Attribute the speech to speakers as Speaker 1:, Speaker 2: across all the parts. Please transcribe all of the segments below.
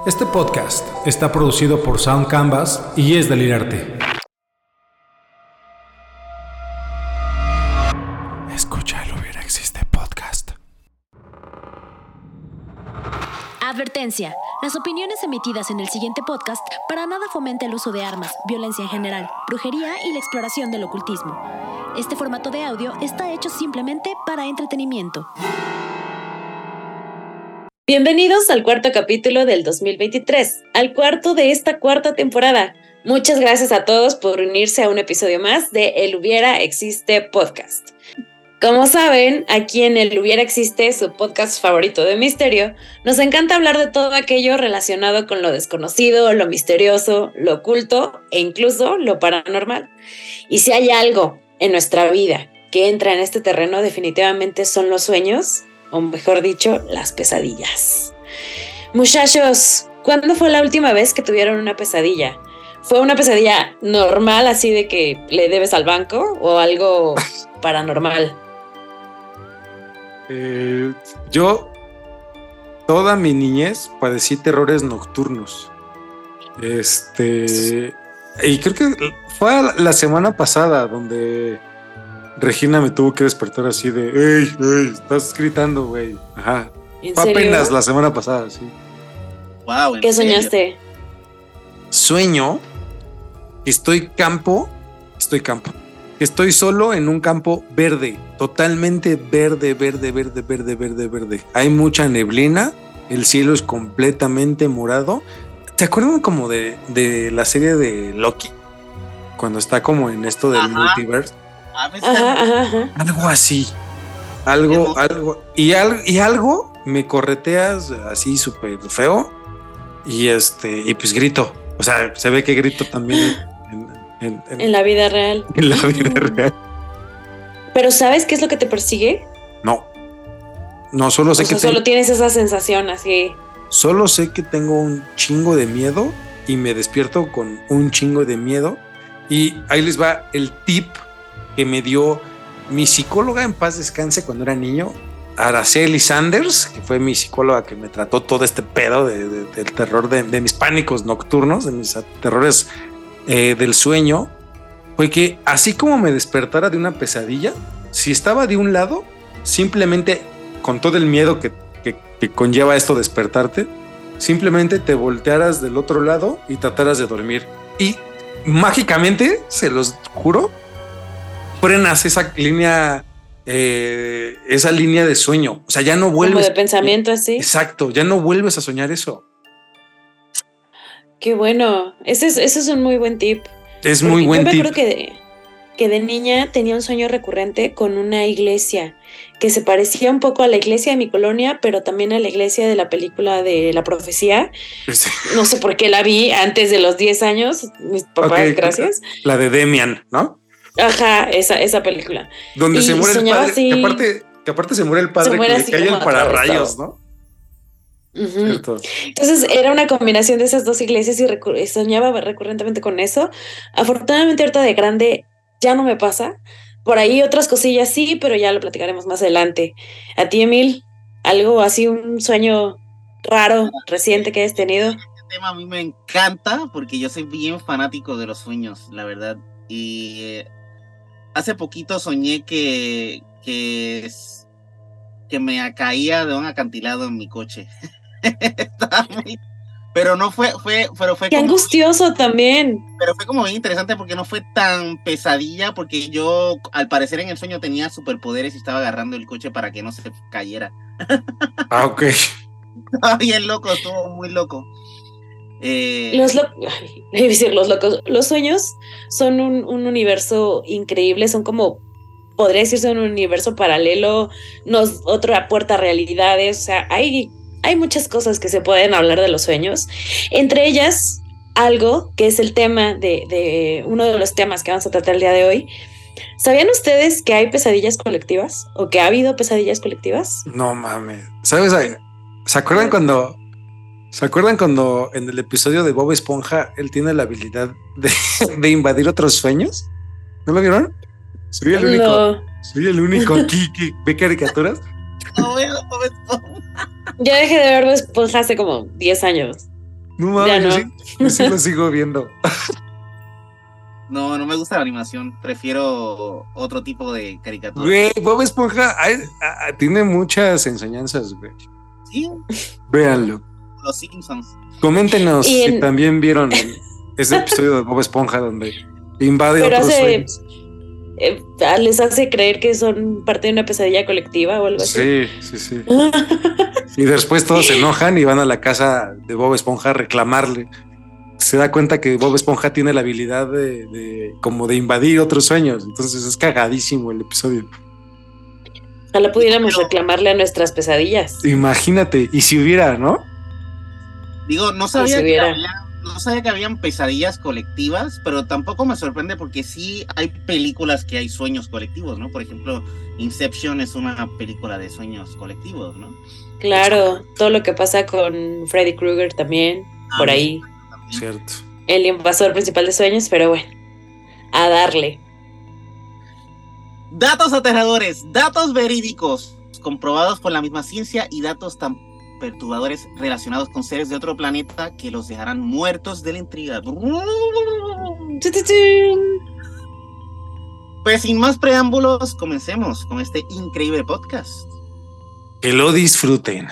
Speaker 1: Este podcast está producido por Sound Canvas y es delirarte. Escucha el Hubiera Existe podcast.
Speaker 2: Advertencia. Las opiniones emitidas en el siguiente podcast para nada fomenta el uso de armas, violencia en general, brujería y la exploración del ocultismo. Este formato de audio está hecho simplemente para entretenimiento.
Speaker 3: Bienvenidos al cuarto capítulo del 2023, al cuarto de esta cuarta temporada. Muchas gracias a todos por unirse a un episodio más de El Hubiera Existe podcast. Como saben, aquí en El Hubiera Existe, su podcast favorito de misterio, nos encanta hablar de todo aquello relacionado con lo desconocido, lo misterioso, lo oculto e incluso lo paranormal. Y si hay algo en nuestra vida que entra en este terreno, definitivamente son los sueños, o mejor dicho, las pesadillas. Muchachos, ¿cuándo fue la última vez que tuvieron una pesadilla? ¿Fue una pesadilla normal, así de que le debes al banco, o algo paranormal?
Speaker 4: Yo toda mi niñez padecí terrores nocturnos. Y creo que fue la semana pasada donde Regina me tuvo que despertar así de ¡Ey! Estás gritando, güey. Ajá. Fue apenas la semana pasada, sí.
Speaker 5: Wow,
Speaker 3: ¿Qué soñaste?
Speaker 4: Sueño que estoy campo. Estoy solo en un campo verde, totalmente verde. Hay mucha neblina, el cielo es completamente morado. ¿Te acuerdan como de la serie de Loki? Cuando está como en esto del multiverso.
Speaker 3: Ajá.
Speaker 4: Algo así. Algo. Y algo me correteas así súper feo. Y pues grito. O sea, se ve que grito también
Speaker 3: en la vida real.
Speaker 4: En la vida real.
Speaker 3: ¿Pero sabes qué es lo que te persigue?
Speaker 4: No, solo sé que
Speaker 3: solo tienes esa sensación así.
Speaker 4: Solo sé que tengo un chingo de miedo y me despierto con un chingo de miedo. Y ahí les va el tip que me dio mi psicóloga, en paz descanse, cuando era niño, Araceli Sanders, que fue mi psicóloga que me trató todo este pedo del terror de mis pánicos nocturnos, de mis terrores del sueño. Fue que así como me despertara de una pesadilla, si estaba de un lado, simplemente con todo el miedo que conlleva esto despertarte, simplemente te voltearas del otro lado y trataras de dormir. Y mágicamente, se los juro, frenas esa línea de sueño. O sea, ya no vuelves.
Speaker 3: Como de pensamiento así.
Speaker 4: Exacto, ya no vuelves a soñar eso.
Speaker 3: Qué bueno. Ese es un muy buen tip.
Speaker 4: Es muy buen tip.
Speaker 3: Yo me acuerdo que de niña tenía un sueño recurrente con una iglesia que se parecía un poco a la iglesia de mi colonia, pero también a la iglesia de la película de La Profecía. No sé por qué la vi antes de los 10 años. Mis papás, okay, gracias.
Speaker 4: La de Demian, ¿no?
Speaker 3: Ajá, esa película.
Speaker 4: Donde se muere el padre.
Speaker 3: Así,
Speaker 4: que aparte se muere el padre, que le cae el pararrayos, ¿no?
Speaker 3: Uh-huh. Entonces era una combinación de esas dos iglesias y soñaba recurrentemente con eso. Afortunadamente ahorita de grande ya no me pasa. Por ahí otras cosillas sí, pero ya lo platicaremos más adelante. A ti, Emil, algo así, un sueño raro, reciente que hayas tenido.
Speaker 5: Este tema a mí me encanta porque yo soy bien fanático de los sueños, la verdad. Y hace poquito soñé que me caía de un acantilado en mi coche. Pero no fue
Speaker 3: qué como, angustioso también.
Speaker 5: Pero fue como bien interesante porque no fue tan pesadilla, porque yo al parecer en el sueño tenía superpoderes y estaba agarrando el coche para que no se cayera.
Speaker 4: Ah, ok.
Speaker 5: Estaba bien loco, estuvo muy loco.
Speaker 3: Los sueños son un universo increíble, son como, podría decirse, un universo paralelo, otra puerta a realidades. O sea, hay muchas cosas que se pueden hablar de los sueños, entre ellas algo que es el tema de uno de los temas que vamos a tratar el día de hoy. ¿Sabían ustedes que hay pesadillas colectivas o que ha habido pesadillas colectivas?
Speaker 4: No mames. ¿Sabes? ¿Se acuerdan cuando en el episodio de Bob Esponja él tiene la habilidad de invadir otros sueños? ¿No lo vieron? Soy el único aquí que ve caricaturas.
Speaker 3: Yo dejé de ver Bob Esponja hace como 10 años.
Speaker 4: No mames,
Speaker 3: Ya no.
Speaker 4: yo sí lo sigo viendo.
Speaker 5: No me gusta la animación. Prefiero otro tipo de caricatura.
Speaker 4: Güey, Bob Esponja tiene muchas enseñanzas, güey.
Speaker 5: Sí,
Speaker 4: Véanlo.
Speaker 5: Los Simpsons.
Speaker 4: Coméntenos
Speaker 3: Y
Speaker 4: si también vieron ese episodio de Bob Esponja donde invade
Speaker 3: Pero
Speaker 4: otros
Speaker 3: hace-
Speaker 4: sueños.
Speaker 3: ¿Les hace creer que son parte de una pesadilla colectiva o algo así?
Speaker 4: Sí. Y después todos se enojan y van a la casa de Bob Esponja a reclamarle. Se da cuenta que Bob Esponja tiene la habilidad como de invadir otros sueños. Entonces es cagadísimo el episodio.
Speaker 3: Ojalá pudiéramos reclamarle a nuestras pesadillas.
Speaker 4: Imagínate, y si hubiera, ¿no?
Speaker 5: Digo,
Speaker 3: Si hubiera.
Speaker 5: no sabía que habían pesadillas colectivas, pero tampoco me sorprende porque sí hay películas que hay sueños colectivos, ¿no? Por ejemplo, Inception es una película de sueños colectivos, ¿no?
Speaker 3: Claro, todo lo que pasa con Freddy Krueger también, por ahí.
Speaker 5: También.
Speaker 4: Cierto.
Speaker 3: El invasor principal de sueños, pero bueno, a darle.
Speaker 5: Datos aterradores, datos verídicos, comprobados por la misma ciencia y datos tan perturbadores relacionados con seres de otro planeta que los dejarán muertos de la intriga. Pues sin más preámbulos, comencemos con este increíble podcast.
Speaker 4: Que lo disfruten.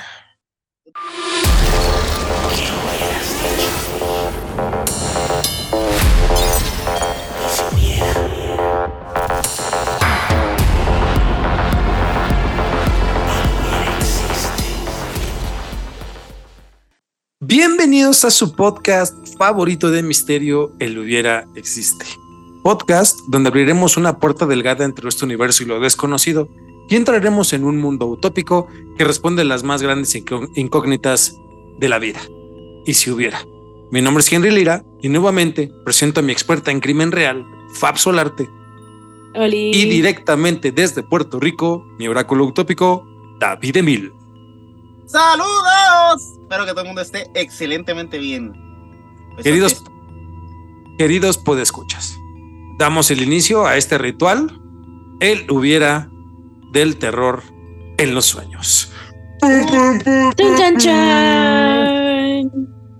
Speaker 4: Bienvenidos a su podcast favorito de misterio, El Hubiera Existe. Podcast donde abriremos una puerta delgada entre este universo y lo desconocido y entraremos en un mundo utópico que responde a las más grandes incógnitas de la vida. Y si hubiera. Mi nombre es Henry Lira y nuevamente presento a mi experta en crimen real, Fab Solarte,
Speaker 3: Oli.
Speaker 4: y directamente desde Puerto Rico, mi oráculo utópico, David Emil.
Speaker 5: ¡Saludos! Espero que todo el mundo esté excelentemente bien. Pues
Speaker 4: Queridos podescuchas, damos el inicio a este ritual, el hubiera del terror en los sueños.
Speaker 3: ¡Chan, chan, chan!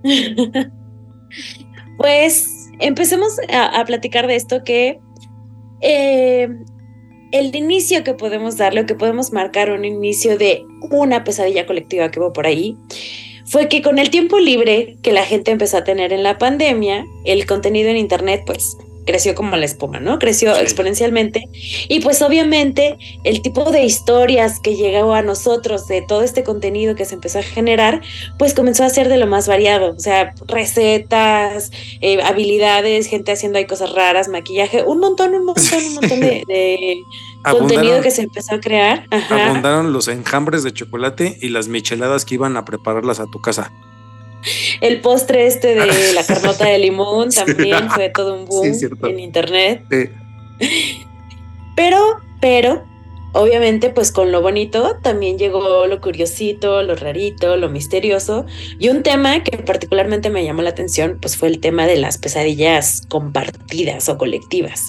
Speaker 3: Pues empecemos a platicar de esto que el inicio que podemos darle o que podemos marcar un inicio de una pesadilla colectiva que hubo por ahí fue que con el tiempo libre que la gente empezó a tener en la pandemia, el contenido en internet pues creció como la espuma, ¿no? Creció exponencialmente y pues obviamente el tipo de historias que llegó a nosotros de todo este contenido que se empezó a generar, pues comenzó a ser de lo más variado, o sea, recetas, habilidades, gente haciendo ahí cosas raras, maquillaje, un montón de contenido que se empezó a crear. Ajá.
Speaker 4: Abundaron los enjambres de chocolate y las micheladas que iban a prepararlas a tu casa.
Speaker 3: El postre este de la carnota de limón también fue todo un boom en internet.
Speaker 4: Sí.
Speaker 3: Pero, obviamente, pues con lo bonito también llegó lo curiosito, lo rarito, lo misterioso. Y un tema que particularmente me llamó la atención, pues fue el tema de las pesadillas compartidas o colectivas.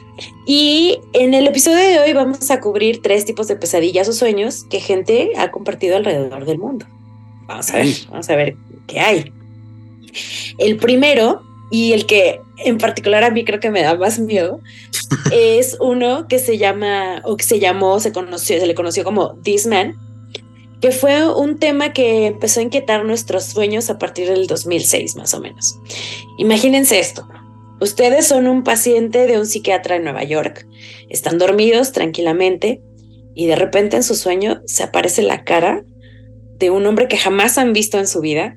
Speaker 3: Y en el episodio de hoy vamos a cubrir 3 tipos de pesadillas o sueños que gente ha compartido alrededor del mundo. Vamos a ver qué hay. El primero, y el que en particular a mí creo que me da más miedo, es uno que se llama, o que se le conoció como This Man, que fue un tema que empezó a inquietar nuestros sueños a partir del 2006 más o menos. Imagínense esto. Ustedes son un paciente de un psiquiatra en Nueva York, están dormidos tranquilamente y de repente en su sueño se aparece la cara de un hombre que jamás han visto en su vida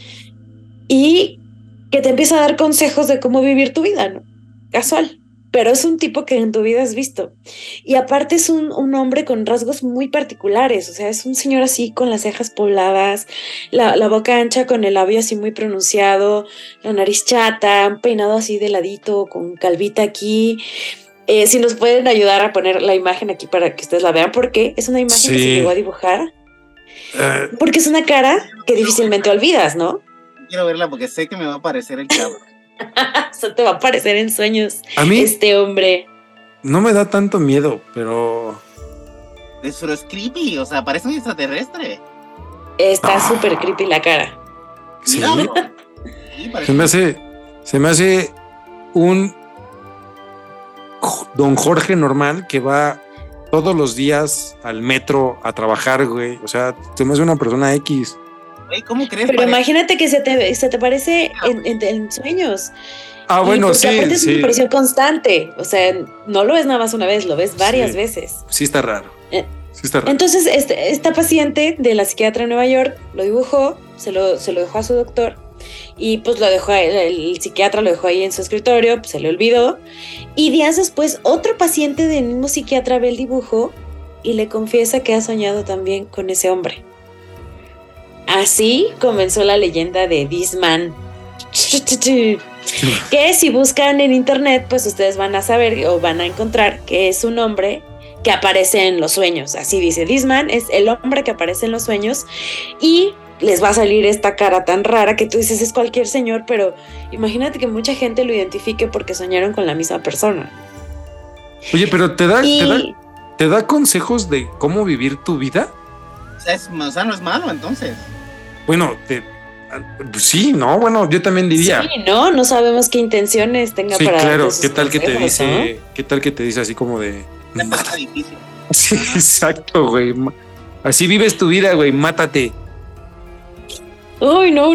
Speaker 3: y que te empieza a dar consejos de cómo vivir tu vida, ¿no? Casual, pero es un tipo que en tu vida has visto. Y aparte es un hombre con rasgos muy particulares, o sea, es un señor así con las cejas pobladas, la boca ancha con el labio así muy pronunciado, la nariz chata, un peinado así de ladito, con calvita aquí. Si nos pueden ayudar a poner la imagen aquí para que ustedes la vean, porque es una imagen que se llegó a dibujar. Porque es una cara que difícilmente olvidas, ¿no?
Speaker 5: Quiero verla porque sé que me va a aparecer el cabrón.
Speaker 3: Eso te va a aparecer en sueños.
Speaker 4: A mí
Speaker 3: este hombre.
Speaker 4: No me da tanto miedo, pero
Speaker 5: Eso es creepy, o sea, parece un extraterrestre.
Speaker 3: Está súper creepy la cara.
Speaker 4: sí.
Speaker 5: Míralo. parece.
Speaker 4: Se me hace un don Jorge normal que va todos los días al metro a trabajar, güey. O sea, se me hace una persona X.
Speaker 5: Güey, ¿cómo crees?
Speaker 3: Pero imagínate que se te parece en sueños.
Speaker 4: Ah, bueno,
Speaker 3: porque
Speaker 4: sí.
Speaker 3: Aparte es
Speaker 4: sí.
Speaker 3: una aparición constante. O sea, no lo ves nada más una vez, lo ves varias veces.
Speaker 4: Sí está raro. Sí está raro.
Speaker 3: Entonces, esta paciente de la psiquiatra de Nueva York lo dibujó, se lo dejó a su doctor y pues lo dejó, el psiquiatra lo dejó ahí en su escritorio, pues se le olvidó. Y días después, otro paciente del mismo psiquiatra ve el dibujo y le confiesa que ha soñado también con ese hombre. Así comenzó la leyenda de This Man. Que si buscan en internet, pues ustedes van a saber o van a encontrar que es un hombre que aparece en los sueños. Así dice, This Man es el hombre que aparece en los sueños y les va a salir esta cara tan rara que tú dices es cualquier señor, pero imagínate que mucha gente lo identifique porque soñaron con la misma persona.
Speaker 4: Oye, pero ¿te da consejos de cómo vivir tu vida?
Speaker 5: O sea, no es malo, entonces.
Speaker 4: Bueno, sí, no, bueno, yo también diría.
Speaker 3: Sí, no sabemos qué intenciones tenga
Speaker 4: sí,
Speaker 3: para
Speaker 4: claro,
Speaker 3: sus
Speaker 4: ¿qué tal que te
Speaker 3: consejos,
Speaker 4: dice,
Speaker 3: ¿no?
Speaker 4: qué tal que te dice así como de
Speaker 5: Está difícil.
Speaker 4: Sí, exacto, güey. Así vives tu vida, güey, mátate.
Speaker 3: Uy, no.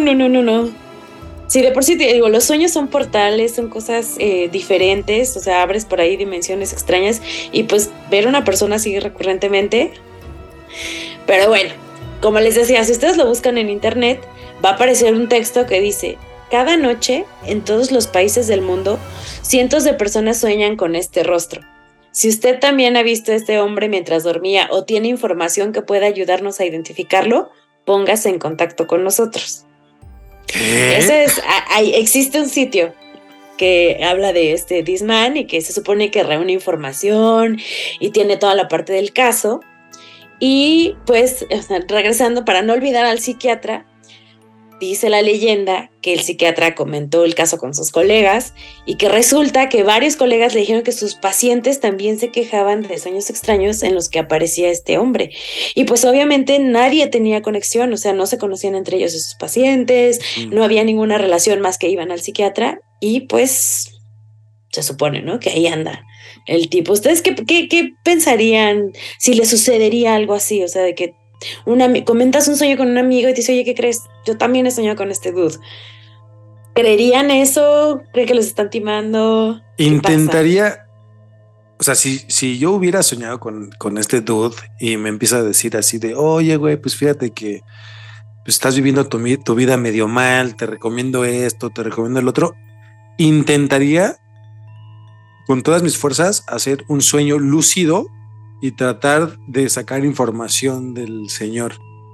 Speaker 3: Sí, de por sí te digo, los sueños son portales, son cosas diferentes, o sea, abres por ahí dimensiones extrañas y pues ver a una persona así recurrentemente. Pero bueno, como les decía, si ustedes lo buscan en internet, va a aparecer un texto que dice: cada noche, en todos los países del mundo, cientos de personas sueñan con este rostro. Si usted también ha visto a este hombre mientras dormía o tiene información que pueda ayudarnos a identificarlo, póngase en contacto con nosotros.
Speaker 4: ¿Qué?
Speaker 3: Existe un sitio que habla de This Man y que se supone que reúne información y tiene toda la parte del caso. Y pues, regresando, para no olvidar al psiquiatra, dice la leyenda que el psiquiatra comentó el caso con sus colegas y que resulta que varios colegas le dijeron que sus pacientes también se quejaban de sueños extraños en los que aparecía este hombre. Y pues obviamente nadie tenía conexión, o sea, no se conocían entre ellos sus pacientes, no había ninguna relación más que iban al psiquiatra y pues se supone, ¿no? Que ahí anda el tipo. ¿Ustedes qué pensarían si le sucedería algo así? O sea, de que comentas un sueño con un amigo y te dice, oye, ¿qué crees? Yo también he soñado con este dude. ¿Creerían eso? ¿Creen que los están timando?
Speaker 4: Intentaría, o sea, si yo hubiera soñado con este dude y me empieza a decir así de, oye, güey, pues fíjate que pues, estás viviendo tu vida medio mal, te recomiendo esto, te recomiendo el otro, intentaría con todas mis fuerzas hacer un sueño lúcido y tratar de sacar información del señor.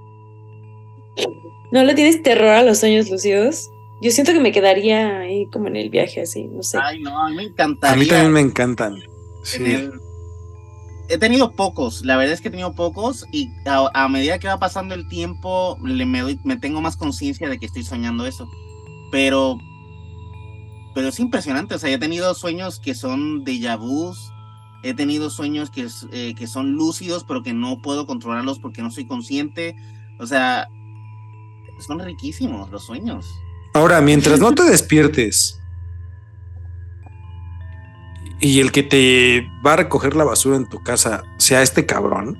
Speaker 3: ¿No le tienes terror a los sueños lúcidos? Yo siento que me quedaría ahí como en el viaje así, no sé.
Speaker 5: Ay, no, a mí me encantaría.
Speaker 4: A mí también me encantan. Sí.
Speaker 5: He tenido pocos, la verdad es que he tenido pocos y a medida que va pasando el tiempo me tengo más conciencia de que estoy soñando eso. Pero es impresionante, o sea, he tenido sueños que son déjà vus, he tenido sueños que son lúcidos, pero que no puedo controlarlos porque no soy consciente. O sea, son riquísimos los sueños.
Speaker 4: Ahora, mientras no te despiertes y el que te va a recoger la basura en tu casa sea este cabrón.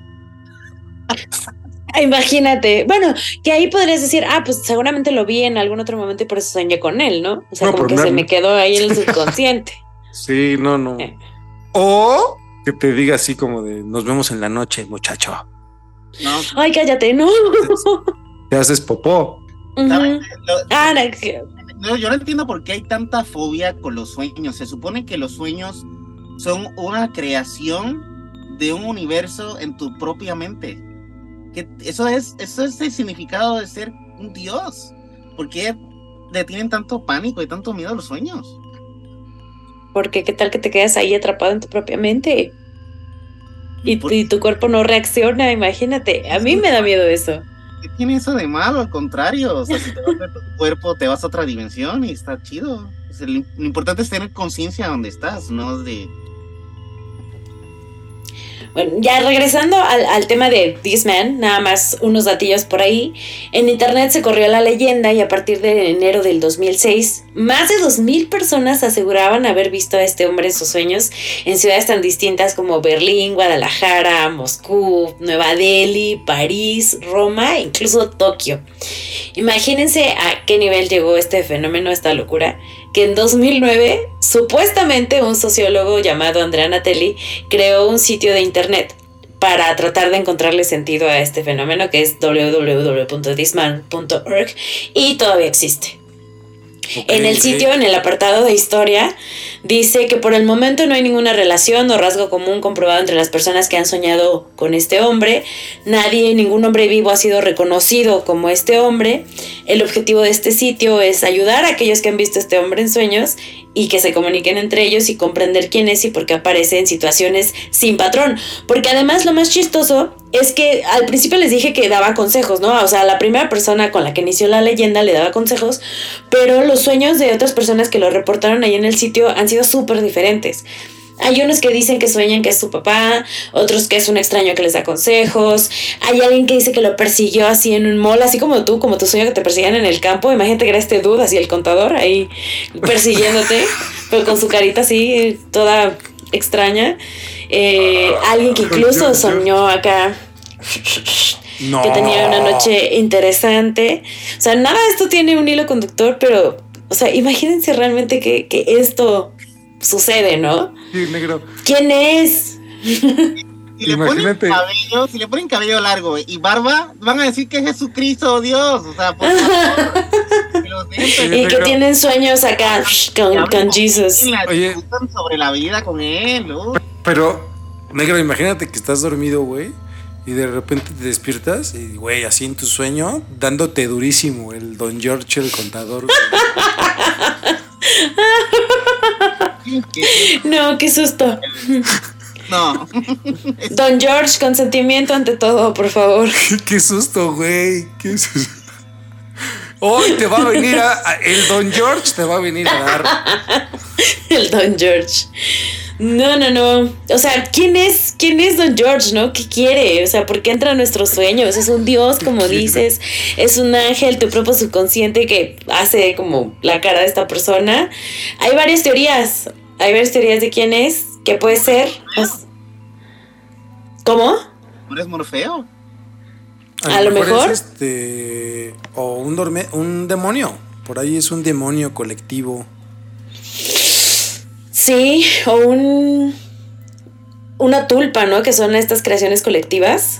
Speaker 3: Imagínate, bueno, que ahí podrías decir, pues seguramente lo vi en algún otro momento y por eso soñé con él, ¿no? O sea, no, como que se me quedó ahí en el subconsciente.
Speaker 4: Sí, no. O que te diga así como de, nos vemos en la noche, muchacho.
Speaker 5: No.
Speaker 3: Ay, cállate, no.
Speaker 4: Te haces popó.
Speaker 3: Uh-huh.
Speaker 5: No, yo no entiendo por qué hay tanta fobia con los sueños. Se supone que los sueños son una creación de un universo en tu propia mente. Eso es el significado de ser un dios. ¿Por qué le tienen tanto pánico y tanto miedo a los sueños?
Speaker 3: Porque qué tal que te quedas ahí atrapado en tu propia mente y tu cuerpo no reacciona, imagínate. A mí me da miedo eso.
Speaker 5: ¿Qué tiene eso de malo? Al contrario, o sea, si te vas de tu cuerpo te vas a otra dimensión y está chido. O sea, lo importante es tener conciencia donde estás, no de...
Speaker 3: Bueno, ya regresando al tema de This Man, nada más unos datillos por ahí. En internet se corrió la leyenda y a partir de enero del 2006, más de 2,000 personas aseguraban haber visto a este hombre en sus sueños en ciudades tan distintas como Berlín, Guadalajara, Moscú, Nueva Delhi, París, Roma e incluso Tokio. Imagínense a qué nivel llegó este fenómeno, esta locura, que en 2009, supuestamente un sociólogo llamado Andrea Natelli creó un sitio de internet para tratar de encontrarle sentido a este fenómeno, que es www.thisman.org, y todavía existe. En el sitio, en el apartado de historia, dice que por el momento no hay ninguna relación o rasgo común comprobado entre las personas que han soñado con este hombre. Ningún hombre vivo ha sido reconocido como este hombre. El objetivo de este sitio es ayudar a aquellos que han visto a este hombre en sueños y que se comuniquen entre ellos y comprender quién es y por qué aparece en situaciones sin patrón. Porque además lo más chistoso es que al principio les dije que daba consejos, ¿no? O sea, la primera persona con la que inició la leyenda le daba consejos, pero los sueños de otras personas que lo reportaron ahí en el sitio han sido súper diferentes. Hay unos que dicen que sueñan que es su papá, otros que es un extraño que les da consejos. Hay alguien que dice que lo persiguió así en un mall, así como tu sueño que te persiguen en el campo. Imagínate que era este dude, así el contador, ahí persiguiéndote, pero con su carita así, toda extraña. Alguien que incluso soñó acá. No. Que tenía una noche interesante. O sea, nada de esto tiene un hilo conductor, pero, o sea, imagínense realmente que esto sucede, ¿no?
Speaker 4: Sí, negro.
Speaker 3: ¿Quién es?
Speaker 5: Si le ponen cabello largo y barba, van a decir que es Jesucristo, oh Dios. O sea, por favor.
Speaker 3: Y que tienen sueños acá con Jesus.
Speaker 5: Oye, sobre la vida con él, ¿no?
Speaker 4: Pero, negro, imagínate que estás dormido, güey, y de repente te despiertas y, güey, así en tu sueño, dándote durísimo el Don George, el contador.
Speaker 3: No, qué susto.
Speaker 5: No.
Speaker 3: Don George, consentimiento ante todo, por favor.
Speaker 4: Qué susto, güey. Qué susto. Hoy te va a venir el Don George te va a venir a dar.
Speaker 3: El Don George. No. O sea, ¿quién es Don George, no? ¿Qué quiere? O sea, ¿por qué entra a nuestros sueños? Es un dios, como dices. Es un ángel, tu propio subconsciente que hace como la cara de esta persona. Hay varias teorías. De quién es. ¿Qué puede ser? ¿Cómo?
Speaker 5: ¿No es Morfeo?
Speaker 3: A lo mejor.
Speaker 4: Es o un demonio. Por ahí es un demonio colectivo.
Speaker 3: Sí, o una tulpa, ¿no? Que son estas creaciones colectivas.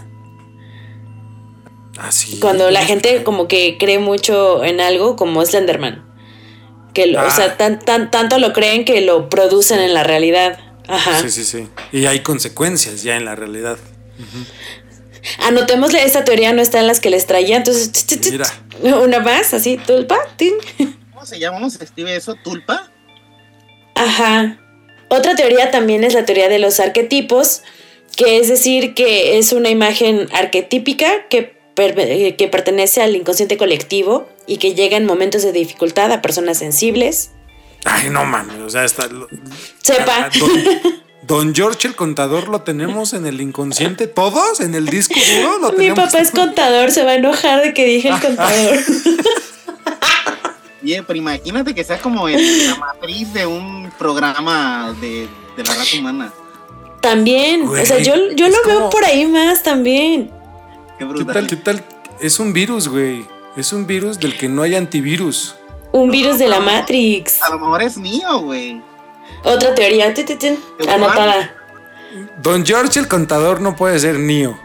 Speaker 4: Ah, sí.
Speaker 3: Cuando la gente como que cree mucho en algo, como Slenderman. O sea, tanto lo creen que lo producen en la realidad. Ajá.
Speaker 4: Sí. Y hay consecuencias ya en la realidad. Uh-huh.
Speaker 3: Anotémosle, esa teoría no está en las que les traía, entonces mira. Una más, así, tulpa.
Speaker 5: ¿Cómo se llama? ¿Cómo se escribe eso? ¿Tulpa?
Speaker 3: Ajá. Otra teoría también es la teoría de los arquetipos, que es decir que es una imagen arquetípica que pertenece al inconsciente colectivo y que llega en momentos de dificultad a personas sensibles.
Speaker 4: Ay, no mames, o sea,
Speaker 3: sepa.
Speaker 4: Don George, el contador, ¿lo tenemos en el inconsciente todos? ¿En el disco duro? ¿Lo
Speaker 3: Mi papá es contador, se va a enojar de que dije el contador.
Speaker 5: Oye, pero imagínate que sea como la matriz de un programa de la raza humana.
Speaker 3: También, güey, o sea, yo lo veo por ahí más también.
Speaker 5: Qué brutal.
Speaker 4: ¿Qué tal? Es un virus, güey. Es un virus del que no hay antivirus.
Speaker 3: Un virus de la Matrix.
Speaker 5: A lo mejor es mío, güey.
Speaker 3: Otra teoría, anotada.
Speaker 4: Don George, el contador, no puede ser Neo.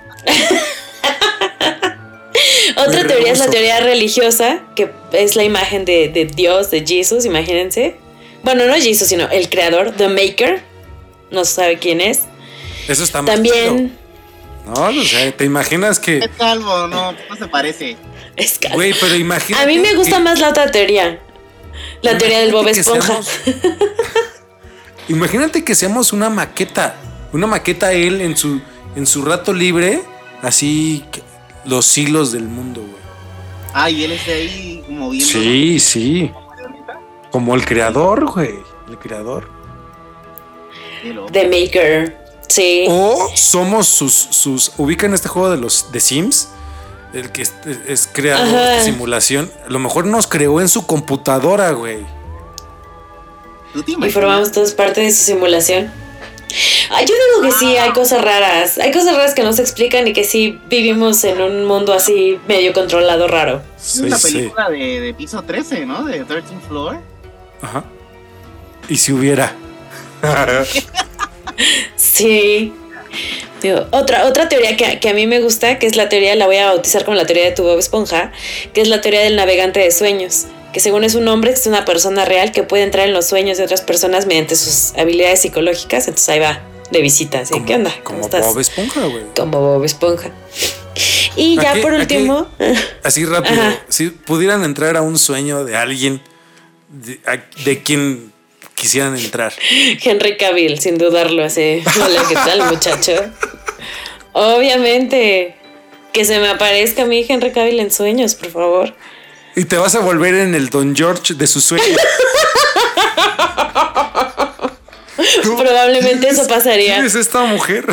Speaker 3: Otra teoría es la teoría religiosa, que es la imagen de Dios, de Jesus, imagínense. Bueno, no Jesus, sino el creador, The Maker. No se sabe quién es.
Speaker 4: Eso está más
Speaker 3: también
Speaker 4: chido. No, o sea, ¿te imaginas que...?
Speaker 5: Es calvo, no se parece.
Speaker 3: Es calvo.
Speaker 4: Güey, pero imagínate...
Speaker 3: A mí me gusta más la otra teoría. La teoría del Bob Esponja.
Speaker 4: Imagínate que seamos una maqueta él en su rato libre, así los hilos del mundo, güey.
Speaker 5: Ah, y él está ahí moviendo.
Speaker 4: Sí. Como el creador, güey. El creador.
Speaker 3: The Maker. Sí.
Speaker 4: O somos sus ubican este juego de los de Sims, el que es creador de simulación. A lo mejor nos creó en su computadora, güey.
Speaker 3: Y formamos todos parte de su simulación. Yo digo que sí, hay cosas raras. Hay cosas raras que no se explican y que sí vivimos en un mundo así medio controlado raro.
Speaker 5: Es una película de piso 13, ¿no? De 13th Floor.
Speaker 4: Ajá. ¿Y si hubiera?
Speaker 3: Sí. Digo, otra teoría que a mí me gusta, que es la teoría, la voy a bautizar como la teoría de tu Bob Esponja, que es la teoría del navegante de sueños, que según es un hombre, es una persona real que puede entrar en los sueños de otras personas mediante sus habilidades psicológicas. Entonces ahí va, de visita. ¿Sí? ¿Qué onda?
Speaker 4: Como Bob Esponja, güey.
Speaker 3: Como Bob Esponja. Y ya por último...
Speaker 4: así rápido, si pudieran entrar a un sueño de alguien de quien quisieran entrar.
Speaker 3: Henry Cavill, sin dudarlo, así. Hola, ¿qué tal, muchacho? Obviamente, que se me aparezca a mí Henry Cavill en sueños, por favor.
Speaker 4: Y te vas a volver en el Don George de sus sueños.
Speaker 3: Probablemente eso pasaría.
Speaker 4: ¿Quién es esta mujer?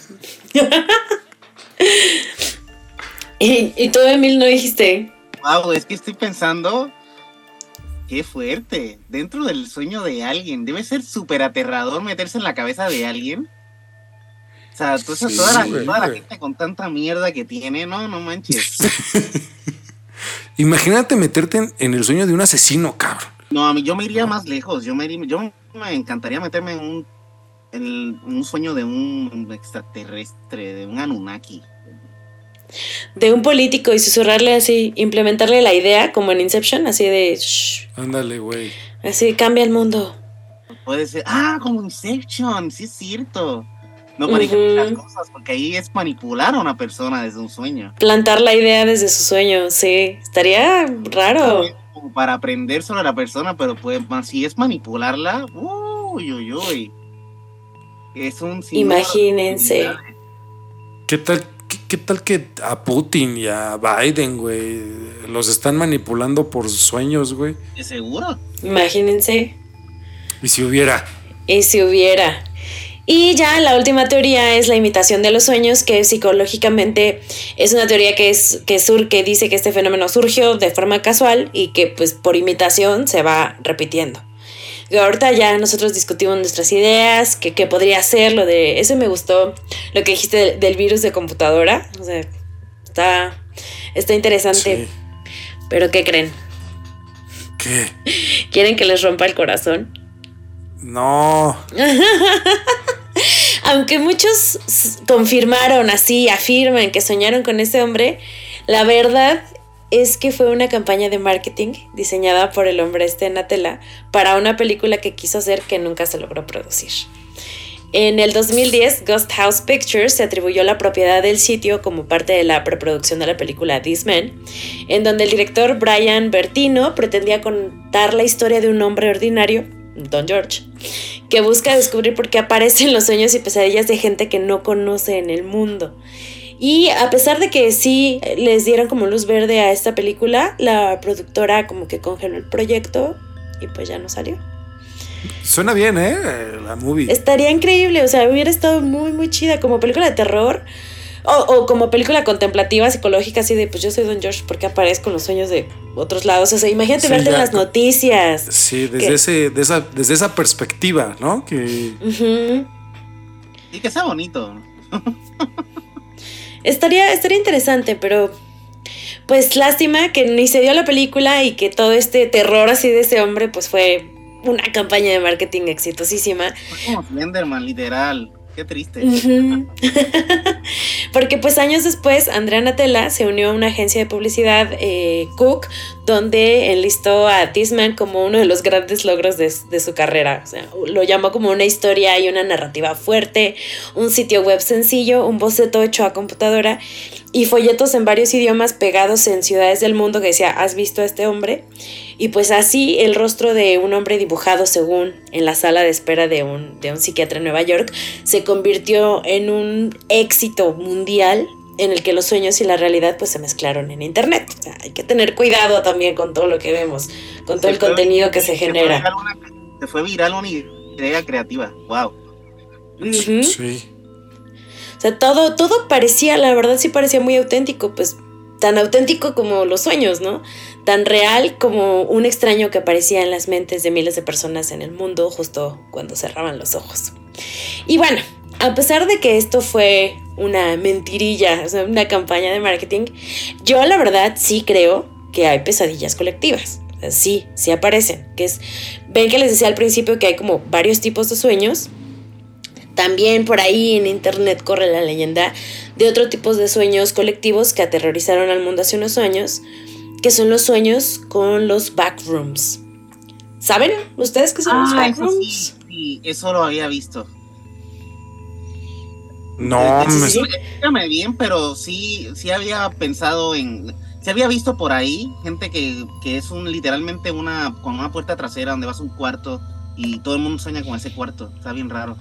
Speaker 3: ¿Y tú, Emil, no dijiste?
Speaker 5: Wow, es que estoy pensando... Qué fuerte. Dentro del sueño de alguien. Debe ser súper aterrador meterse en la cabeza de alguien. O sea, toda la gente con tanta mierda que tiene, no manches.
Speaker 4: Imagínate meterte en el sueño de un asesino, cabrón.
Speaker 5: No, yo me iría más lejos. Yo me encantaría meterme en un sueño de un extraterrestre, de un Anunnaki.
Speaker 3: De un político y susurrarle así, implementarle la idea como en Inception, así de... Shh,
Speaker 4: ándale, güey.
Speaker 3: Así, cambia el mundo.
Speaker 5: Puede ser, como Inception, sí es cierto. No manipular las cosas, porque ahí es manipular a una persona desde un sueño.
Speaker 3: Plantar la idea desde su sueño, sí. Estaría raro.
Speaker 5: Como para aprender sobre la persona, pero pues si es manipularla, uy. Es un...
Speaker 3: Imagínense.
Speaker 4: ¿Qué tal que a Putin y a Biden, güey, los están manipulando por sueños, güey?
Speaker 5: ¿De seguro?
Speaker 3: Imagínense.
Speaker 4: ¿Y si hubiera?
Speaker 3: Y ya la última teoría es la imitación de los sueños, que psicológicamente es una teoría que dice que este fenómeno surgió de forma casual y que pues por imitación se va repitiendo. Y ahorita ya nosotros discutimos nuestras ideas, qué podría ser lo de... Eso me gustó, lo que dijiste del virus de computadora. O sea, está interesante. Sí. ¿Pero qué creen?
Speaker 4: ¿Qué?
Speaker 3: ¿Quieren que les rompa el corazón?
Speaker 4: No.
Speaker 3: Aunque muchos confirmaron así, afirman que soñaron con ese hombre, la verdad es que fue una campaña de marketing diseñada por el hombre Natella para una película que quiso hacer que nunca se logró producir. En el 2010, Ghost House Pictures se atribuyó la propiedad del sitio como parte de la preproducción de la película This Man, en donde el director Brian Bertino pretendía contar la historia de un hombre ordinario, Don George, que busca descubrir por qué aparecen los sueños y pesadillas de gente que no conoce en el mundo. Y a pesar de que sí les dieron como luz verde a esta película, la productora como que congeló el proyecto y pues ya no salió.
Speaker 4: Suena bien, la movie.
Speaker 3: Estaría increíble, o sea, hubiera estado muy, muy chida como película de terror o como película contemplativa, psicológica, así de, pues yo soy Don George, ¿por qué aparezco en los sueños de otros lados? O sea, imagínate verte en las noticias.
Speaker 4: Sí, desde esa perspectiva, ¿no?
Speaker 5: Y que sea bonito.
Speaker 3: Estaría interesante, pero pues lástima que ni se dio la película y que todo este terror así de ese hombre pues fue una campaña de marketing exitosísima.
Speaker 5: Fue como Slenderman, literal. Qué triste.
Speaker 3: Porque pues años después Andrea Natella se unió a una agencia de publicidad, Cook, donde enlistó a This Man como uno de los grandes logros de su carrera. O sea, lo llamó como una historia y una narrativa fuerte, un sitio web sencillo, un boceto hecho a computadora y folletos en varios idiomas pegados en ciudades del mundo que decía, ¿has visto a este hombre? Y pues así el rostro de un hombre dibujado según en la sala de espera de un psiquiatra en Nueva York se convirtió en un éxito mundial en el que los sueños y la realidad pues se mezclaron en internet. O sea, hay que tener cuidado también con todo lo que vemos, con todo el contenido que se genera.
Speaker 5: Se fue viral una idea creativa. Wow.
Speaker 4: Sí.
Speaker 3: O sea, todo parecía, la verdad sí parecía muy auténtico, pues tan auténtico como los sueños, ¿no? Tan real como un extraño que aparecía en las mentes de miles de personas en el mundo justo cuando cerraban los ojos. Y bueno, a pesar de que esto fue una mentirilla, o sea, una campaña de marketing, yo la verdad sí creo que hay pesadillas colectivas. O sea, sí aparecen. Ven que les decía al principio que hay como varios tipos de sueños. También por ahí en internet corre la leyenda de otro tipo de sueños colectivos que aterrorizaron al mundo hace unos años, que son los sueños con los backrooms. ¿Saben ustedes qué son los backrooms?
Speaker 5: Sí, eso lo había visto.
Speaker 4: No,
Speaker 5: Explícame bien, pero sí había pensado sí había visto por ahí gente que es literalmente con una puerta trasera donde vas a un cuarto y todo el mundo sueña con ese cuarto. Está bien raro.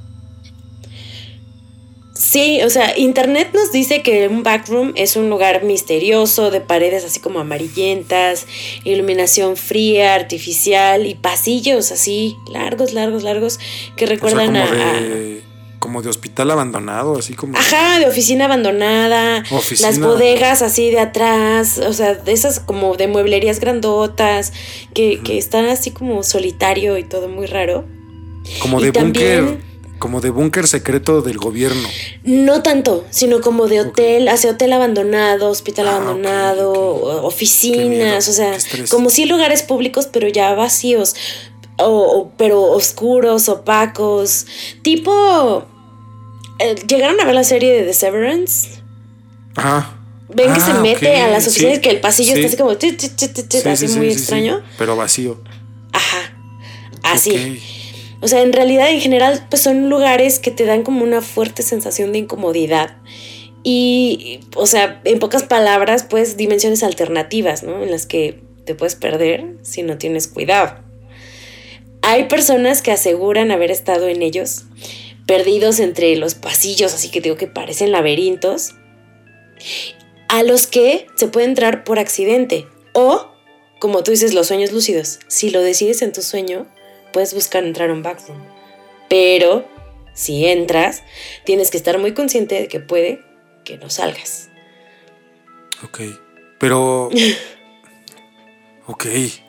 Speaker 3: Sí, o sea, internet nos dice que un backroom es un lugar misterioso de paredes así como amarillentas, iluminación fría, artificial y pasillos así largos que recuerdan
Speaker 4: como de hospital abandonado, así como...
Speaker 3: Ajá, de oficina abandonada, las bodegas así de atrás, o sea, de esas como de mueblerías grandotas, que están así como solitario y todo muy raro.
Speaker 4: Como de búnker... Como de búnker secreto del gobierno.
Speaker 3: No tanto, sino como de hotel, hacia hotel abandonado, hospital abandonado, okay. Oficinas, o sea, como sí lugares públicos, pero ya vacíos, pero oscuros, opacos, tipo... ¿Llegaron a ver la serie de The Severance?
Speaker 4: Ajá.
Speaker 3: Ven que se mete a las oficinas, que el pasillo está así como... así muy extraño.
Speaker 4: Sí, pero vacío.
Speaker 3: Ajá, así. O sea, en realidad, en general, pues son lugares que te dan como una fuerte sensación de incomodidad. Y, o sea, en pocas palabras, pues, dimensiones alternativas, ¿no? En las que te puedes perder si no tienes cuidado. Hay personas que aseguran haber estado en ellos, perdidos entre los pasillos, así que digo que parecen laberintos, a los que se puede entrar por accidente. O, como tú dices, los sueños lúcidos. Si lo decides en tu sueño, puedes buscar entrar a un backroom. Pero si entras, tienes que estar muy consciente de que puede que no salgas.
Speaker 4: Ok, pero... ok.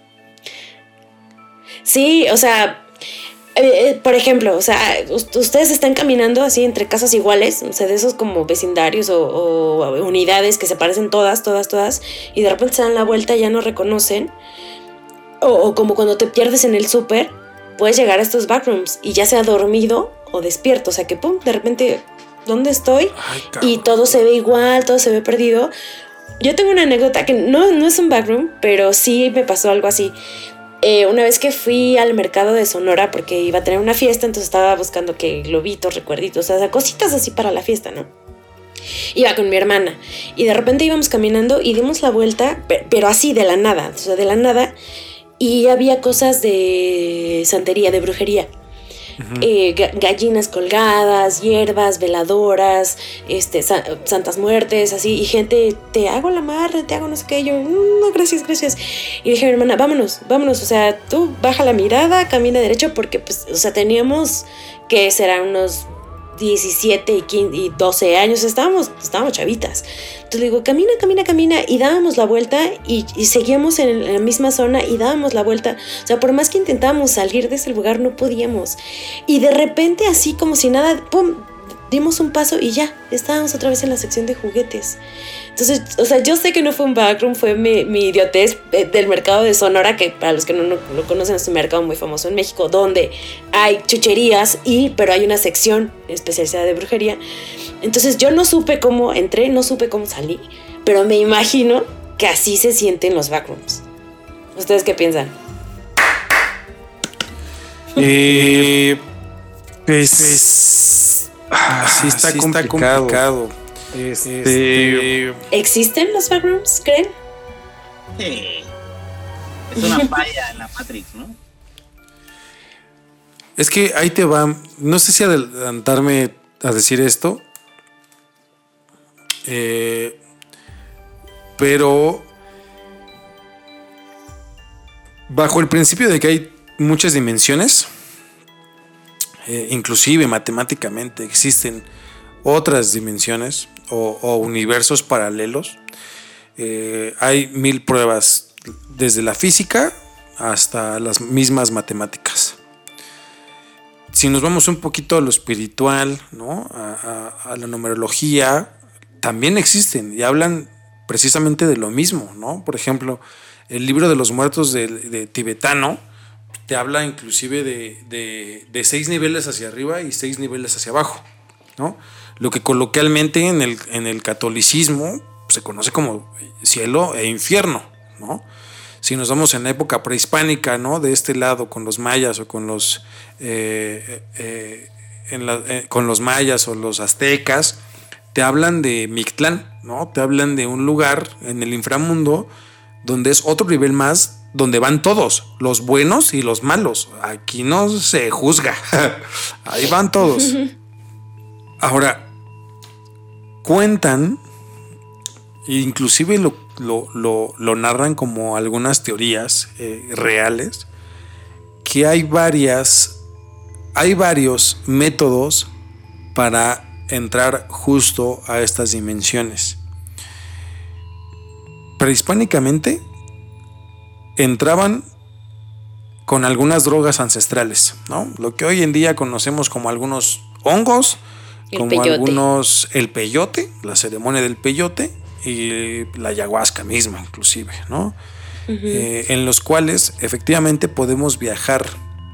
Speaker 3: Sí, o sea, por ejemplo, o sea, ustedes están caminando así entre casas iguales, o sea, de esos como vecindarios o unidades que se parecen todas, y de repente se dan la vuelta y ya no reconocen. O como cuando te pierdes en el súper, puedes llegar a estos backrooms y ya sea dormido o despierto, o sea que pum, de repente, ¿dónde estoy?
Speaker 4: Ay,
Speaker 3: y todo se ve igual, todo se ve perdido. Yo tengo una anécdota que no es un backroom, pero sí me pasó algo así. Una vez que fui al mercado de Sonora porque iba a tener una fiesta, entonces estaba buscando que globitos, recuerditos, o sea, cositas así para la fiesta, ¿no? Iba con mi hermana y de repente íbamos caminando y dimos la vuelta, pero así de la nada, o sea, de la nada. Y había cosas de santería, de brujería. Uh-huh. Gallinas colgadas, hierbas, veladoras, santas muertes, así. Y gente, te hago la amarre, te hago no sé qué. Yo, no, gracias. Y dije a mi hermana, vámonos. O sea, tú baja la mirada, camina derecho. Porque, pues, o sea, teníamos que serán unos 17 y 12 años, estábamos chavitas. Entonces le digo, camina, y dábamos la vuelta y seguíamos en la misma zona y dábamos la vuelta. O sea, por más que intentábamos salir de ese lugar, no podíamos. Y de repente, así como si nada, pum, dimos un paso y ya, estábamos otra vez en la sección de juguetes. Entonces, o sea, yo sé que no fue un backroom, fue mi idiotez del mercado de Sonora, que para los que no lo conocen es un mercado muy famoso en México, donde hay chucherías, pero hay una sección especializada de brujería. Entonces yo no supe cómo entré, no supe cómo salí, pero me imagino que así se sienten los backrooms. ¿Ustedes qué piensan?
Speaker 4: Pues sí está complicado.
Speaker 3: ¿Existen los backrooms, creen?
Speaker 5: Sí. Es una falla en la Matrix, ¿no?
Speaker 4: Es que ahí te va. No sé si adelantarme a decir esto. Pero bajo el principio de que hay muchas dimensiones, inclusive matemáticamente existen otras dimensiones o universos paralelos. Hay 1000 pruebas, desde la física hasta las mismas matemáticas. Si nos vamos un poquito a lo espiritual, ¿no? a la numerología, también existen y hablan precisamente de lo mismo, ¿no? Por ejemplo, el libro de los muertos de tibetano te habla inclusive de 6 niveles hacia arriba y 6 niveles hacia abajo, ¿no? Lo que coloquialmente en el catolicismo se conoce como cielo e infierno, ¿no? Si nos vamos en época prehispánica, ¿no? De este lado, con los mayas o con los mayas o los aztecas, te hablan de Mictlán, ¿no? Te hablan de un lugar en el inframundo donde es otro nivel más, donde van todos, los buenos y los malos. Aquí no se juzga, ahí van todos. Ahora, cuentan, inclusive lo narran como algunas teorías reales, que hay varios métodos para entrar justo a estas dimensiones. Prehispánicamente entraban con algunas drogas ancestrales, ¿no? Lo que hoy en día conocemos como algunos hongos, el peyote, la ceremonia del peyote y la ayahuasca misma inclusive, ¿no? Uh-huh. En los cuales efectivamente podemos viajar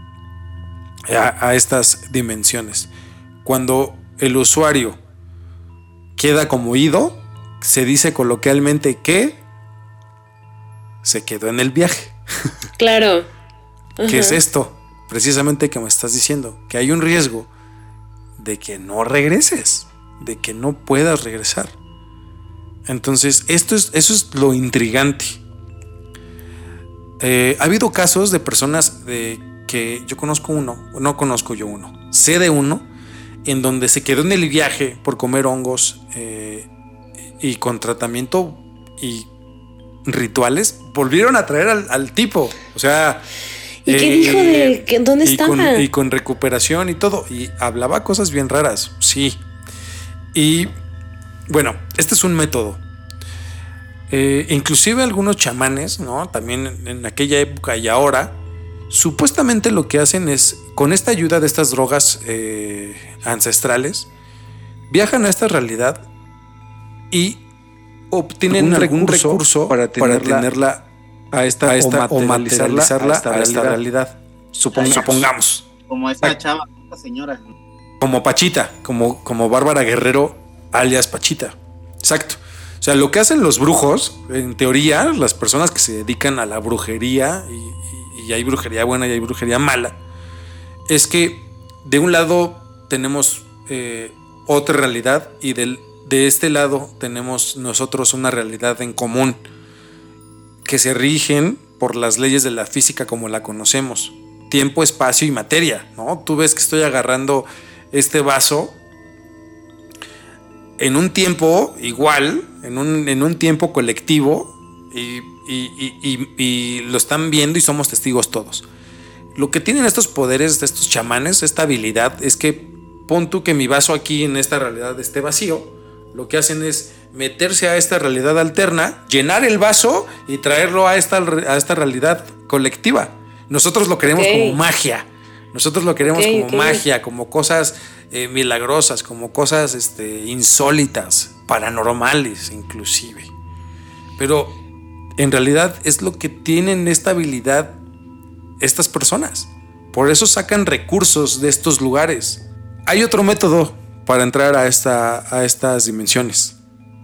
Speaker 4: a estas dimensiones. Cuando el usuario queda como ido, se dice coloquialmente que se quedó en el viaje.
Speaker 3: Claro.
Speaker 4: Uh-huh. ¿Qué es esto? Precisamente que me estás diciendo, que hay un riesgo de que no regreses, de que no puedas regresar. Entonces, eso es lo intrigante. Ha habido casos de personas que yo conozco sé de uno, en donde se quedó en el viaje por comer hongos y con tratamiento y rituales, volvieron a traer al tipo. O sea...
Speaker 3: ¿Y qué dijo de él? ¿Dónde estaba?
Speaker 4: Y con recuperación y todo. Y hablaba cosas bien raras, sí. Y bueno, este es un método. Inclusive algunos chamanes, ¿no? También en aquella época y ahora, supuestamente lo que hacen es, con esta ayuda de estas drogas ancestrales, viajan a esta realidad y obtienen algún recurso para tenerla o materializarla a esta realidad. Supongamos.
Speaker 5: Como esta chava, esta señora.
Speaker 4: Como Pachita, como Bárbara Guerrero, alias Pachita. Exacto. O sea, lo que hacen los brujos, en teoría, las personas que se dedican a la brujería, y hay brujería buena y hay brujería mala, es que de un lado tenemos otra realidad y de este lado tenemos nosotros una realidad en común que se rigen por las leyes de la física como la conocemos: tiempo, espacio y materia, ¿no? Tú ves que estoy agarrando este vaso en un tiempo igual, en un tiempo colectivo, y lo están viendo y somos testigos todos. Lo que tienen estos poderes de estos chamanes, esta habilidad, es que pon tú que mi vaso aquí en esta realidad esté vacío. Lo que hacen es meterse a esta realidad alterna, llenar el vaso y traerlo a esta realidad colectiva. Nosotros lo queremos como magia. Nosotros lo queremos como magia, como cosas milagrosas, como cosas insólitas, paranormales inclusive. Pero en realidad es lo que tienen esta habilidad estas personas. Por eso sacan recursos de estos lugares. Hay otro método para entrar a estas dimensiones.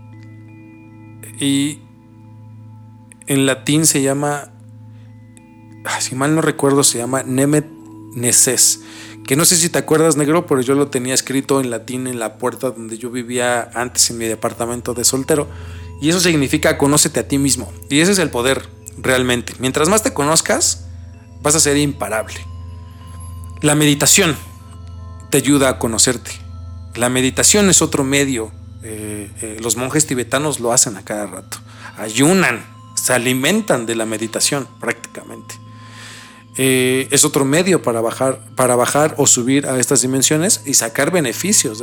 Speaker 4: Y en latín se llama, si mal no recuerdo, se llama Nemet Neces, que no sé si te acuerdas, negro, pero yo lo tenía escrito en latín en la puerta donde yo vivía antes, en mi departamento de soltero, y eso significa conócete a ti mismo. Y ese es el poder realmente. Mientras más te conozcas, vas a ser imparable. La meditación te ayuda a conocerte. La meditación es otro medio. Los monjes tibetanos lo hacen a cada rato. Ayunan, se alimentan de la meditación prácticamente. es otro medio para bajar o subir a estas dimensiones y sacar beneficios de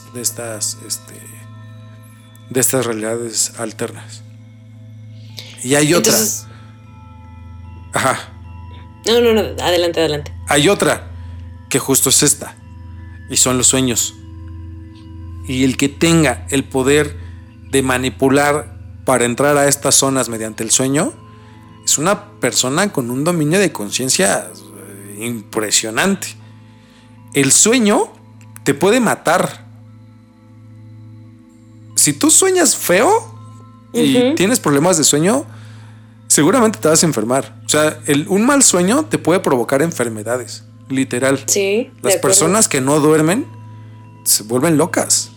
Speaker 4: estas realidades alternas. Y hay otra.
Speaker 3: Entonces,
Speaker 4: Ajá.
Speaker 3: no, adelante.
Speaker 4: Hay otra que justo es esta, y son los sueños. Y el que tenga el poder de manipular para entrar a estas zonas mediante el sueño es una persona con un dominio de conciencia impresionante. El sueño te puede matar. Si tú sueñas feo y tienes problemas de sueño, seguramente te vas a enfermar. O sea, un mal sueño te puede provocar enfermedades, literal.
Speaker 3: Sí.
Speaker 4: Las personas que no duermen se vuelven locas.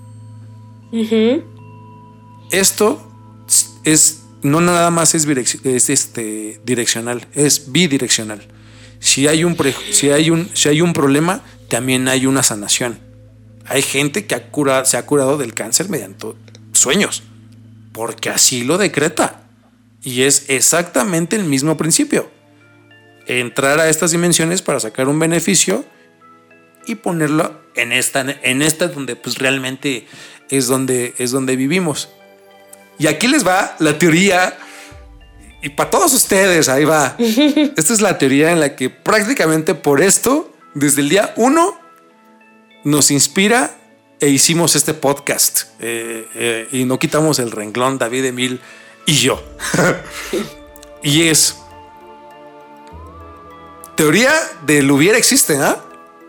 Speaker 4: Esto es no nada más es direccional, es bidireccional. Si hay un problema, también hay una sanación. Hay gente que se ha curado del cáncer mediante sueños, porque así lo decreta. Y es exactamente el mismo principio. Entrar a estas dimensiones para sacar un beneficio y ponerlo en esta donde pues realmente es donde vivimos. Y aquí les va la teoría, y para todos ustedes, ahí va. Esta es la teoría en la que prácticamente por esto, desde el día 1, nos inspira e hicimos este podcast. Y no quitamos el renglón, David, Emil y yo. Y es teoría del hubiera existen, ¿ah?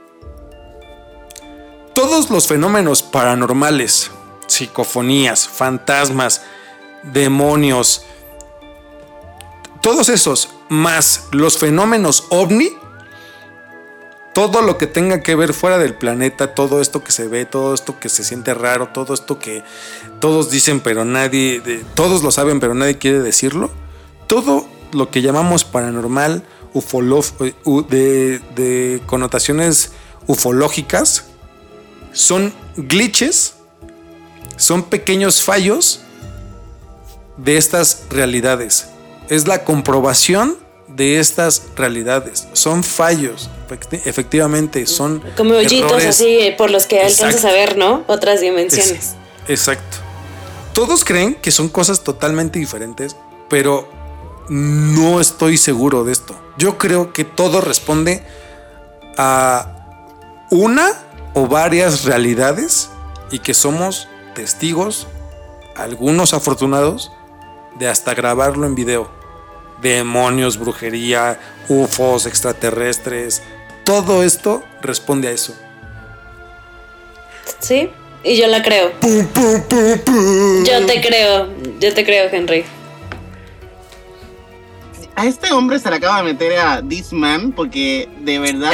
Speaker 4: Todos los fenómenos paranormales, psicofonías, fantasmas, demonios, todos esos, más los fenómenos ovni, todo lo que tenga que ver fuera del planeta, todo esto que se ve, todo esto que se siente raro, todo esto que todos dicen pero todos lo saben pero nadie quiere decirlo, todo lo que llamamos paranormal, de connotaciones ufológicas, son glitches, son pequeños fallos de estas realidades. Es la comprobación de estas realidades. Son fallos, efectivamente, son
Speaker 3: como hoyitos
Speaker 4: errores.
Speaker 3: Así por los que alcanzas a ver, ¿no? Otras dimensiones.
Speaker 4: Exacto. Todos creen que son cosas totalmente diferentes, pero no estoy seguro de esto. Yo creo que todo responde a una o varias realidades y que somos testigos, algunos afortunados, de hasta grabarlo en video. Demonios, brujería, UFOs, extraterrestres, todo esto responde a eso.
Speaker 3: Sí, y yo la creo.
Speaker 4: ¡Pum, pum, pum, pum!
Speaker 3: Yo te creo, Henry.
Speaker 5: A este hombre se le acaba de meter a This Man, porque de verdad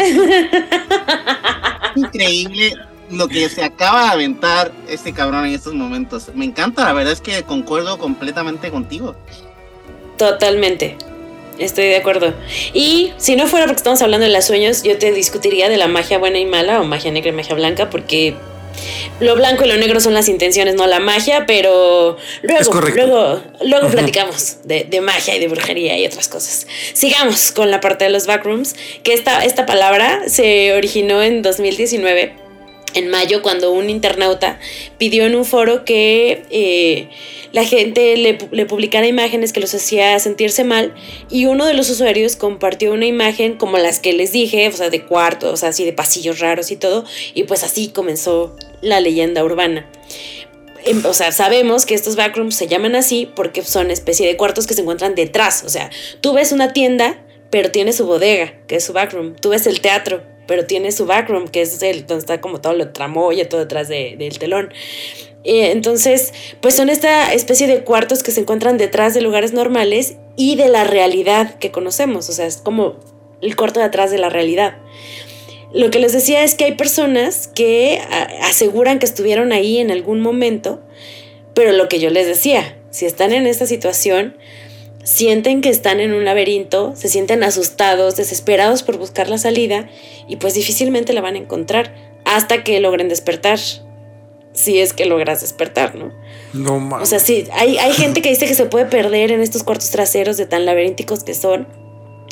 Speaker 5: increíble lo que se acaba de aventar este cabrón en estos momentos. Me encanta, la verdad es que concuerdo completamente contigo.
Speaker 3: Totalmente. Estoy de acuerdo. Y si no fuera porque estamos hablando de los sueños, yo te discutiría de la magia buena y mala, o magia negra y magia blanca, porque lo blanco y lo negro son las intenciones, no la magia, pero luego platicamos de magia y de brujería y otras cosas. Sigamos con la parte de los backrooms, que esta palabra se originó en 2019, en mayo, cuando un internauta pidió en un foro que la gente le publicara imágenes que los hacía sentirse mal, y uno de los usuarios compartió una imagen como las que les dije, o sea, de cuartos, así de pasillos raros y todo, y pues así comenzó la leyenda urbana. O sea, sabemos que estos backrooms se llaman así porque son especie de cuartos que se encuentran detrás. O sea, tú ves una tienda, pero tiene su bodega, que es su backroom. Tú ves el teatro, pero tiene su backroom, que es donde está como todo lo tramoya, todo detrás del telón. Entonces, pues son esta especie de cuartos que se encuentran detrás de lugares normales y de la realidad que conocemos. O sea, es como el cuarto de atrás de la realidad. Lo que les decía es que hay personas que aseguran que estuvieron ahí en algún momento, pero lo que yo les decía, si están en esta situación, sienten que están en un laberinto, se sienten asustados, desesperados por buscar la salida, y pues difícilmente la van a encontrar hasta que logren despertar. Si es que logras despertar, ¿no?
Speaker 4: No mames.
Speaker 3: O sea, sí, hay gente que dice que se puede perder en estos cuartos traseros de tan laberínticos que son.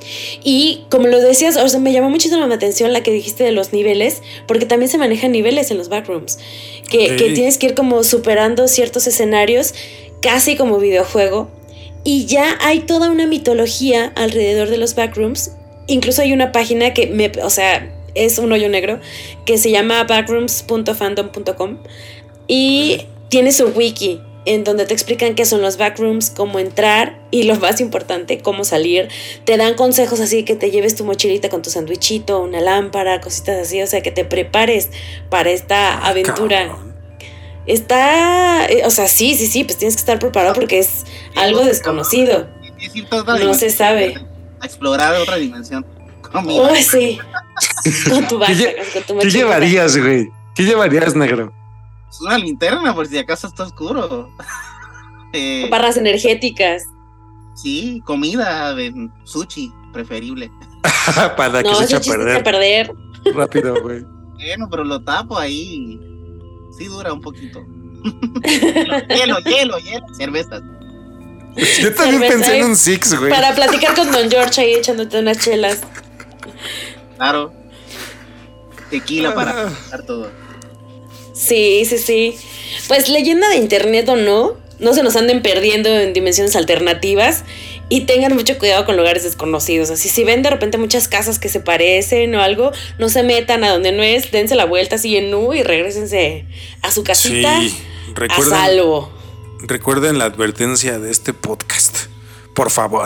Speaker 3: Y como lo decías, o sea, me llamó muchísimo la atención la que dijiste de los niveles, porque también se manejan niveles en los backrooms, que tienes que ir como superando ciertos escenarios, casi como videojuego, y ya hay toda una mitología alrededor de los backrooms. Incluso hay una página que es un hoyo negro, que se llama backrooms.fandom.com, y tiene su wiki, en donde te explican qué son los backrooms, cómo entrar y lo más importante, cómo salir. Te dan consejos así, que te lleves tu mochilita con tu sandwichito, una lámpara, cositas así, o sea, que te prepares para esta aventura. Cabrón. Sí, pues tienes que estar preparado porque es algo desconocido. No se sabe.
Speaker 5: A explorar otra dimensión.
Speaker 3: Sí. Con tu backpack, con tu mochilita.
Speaker 4: ¿Qué llevarías, güey? ¿Qué llevarías, negro?
Speaker 5: Una linterna, por si acaso está oscuro.
Speaker 3: Barras energéticas.
Speaker 5: Sí, comida, sushi, preferible.
Speaker 4: Para que se eche a
Speaker 3: perder.
Speaker 4: Rápido, güey.
Speaker 5: Bueno, pero lo tapo ahí. Sí dura un poquito. hielo, cervezas.
Speaker 4: Yo también pensé en un Six, güey.
Speaker 3: Para platicar con Don George ahí echándote unas chelas.
Speaker 5: Claro. Tequila para pasar todo.
Speaker 3: Sí. Pues leyenda de internet o no se nos anden perdiendo en dimensiones alternativas y tengan mucho cuidado con lugares desconocidos. Así, si ven de repente muchas casas que se parecen o algo, no se metan a donde no es, dense la vuelta así en U y regrésense a su casita a salvo.
Speaker 4: Recuerden la advertencia de este podcast, por favor.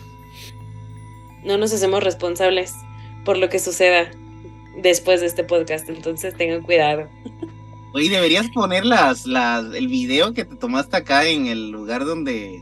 Speaker 3: No nos hacemos responsables por lo que suceda después de este podcast, entonces tengan cuidado.
Speaker 5: Oye, deberías poner el video que te tomaste acá en el lugar donde...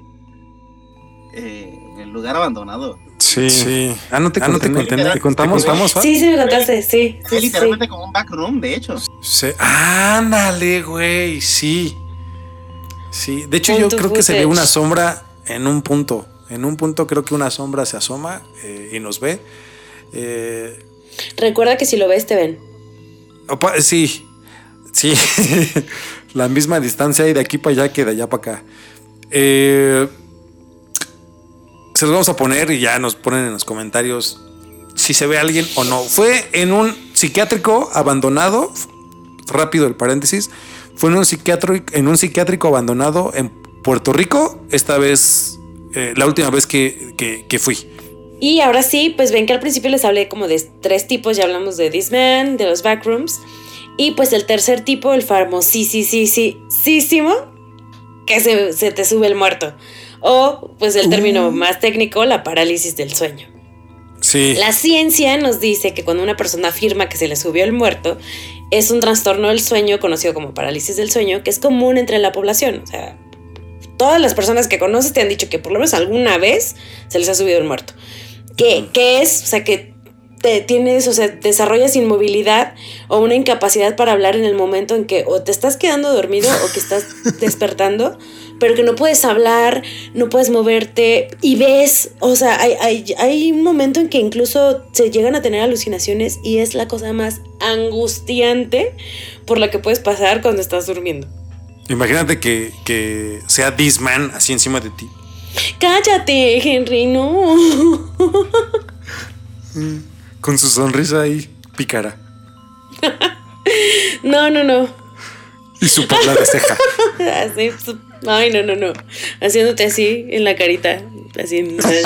Speaker 5: en el lugar abandonado.
Speaker 4: Sí. No te conté. ¿Te contamos? ¿Vamos?
Speaker 3: Sí, me contaste, sí.
Speaker 5: Es literalmente como un backroom, de hecho.
Speaker 4: Sí. Ándale, güey, sí. Sí, de hecho yo creo que se ve una sombra en un punto. En un punto creo que una sombra se asoma y nos ve.
Speaker 3: Recuerda que si lo ves, te ven.
Speaker 4: Sí. La misma distancia hay de aquí para allá que de allá para acá. Se los vamos a poner y ya nos ponen en los comentarios si se ve alguien o no. Fue en un psiquiátrico abandonado. Rápido el paréntesis. Fue en un psiquiátrico abandonado en Puerto Rico. Esta vez, la última vez que fui.
Speaker 3: Y ahora sí, pues ven que al principio les hablé como de 3 tipos. Ya hablamos de This Man, de los backrooms. Y pues el tercer tipo, el famosísimo, que se te sube el muerto. O pues el término más técnico, la parálisis del sueño.
Speaker 4: Sí.
Speaker 3: La ciencia nos dice que cuando una persona afirma que se le subió el muerto, es un trastorno del sueño conocido como parálisis del sueño, que es común entre la población. O sea, todas las personas que conoces te han dicho que por lo menos alguna vez se les ha subido el muerto. ¿Qué es? O sea, que desarrollas inmovilidad o una incapacidad para hablar en el momento en que o te estás quedando dormido o que estás despertando, pero que no puedes hablar, no puedes moverte y ves, o sea, hay un momento en que incluso se llegan a tener alucinaciones y es la cosa más angustiante por la que puedes pasar cuando estás durmiendo.
Speaker 4: Imagínate que sea This Man así encima de ti.
Speaker 3: Cállate, Henry, no.
Speaker 4: Con su sonrisa ahí, pícara.
Speaker 3: No.
Speaker 4: Y su perla de ceja.
Speaker 3: Así, ay, no. Haciéndote así en la carita. Así.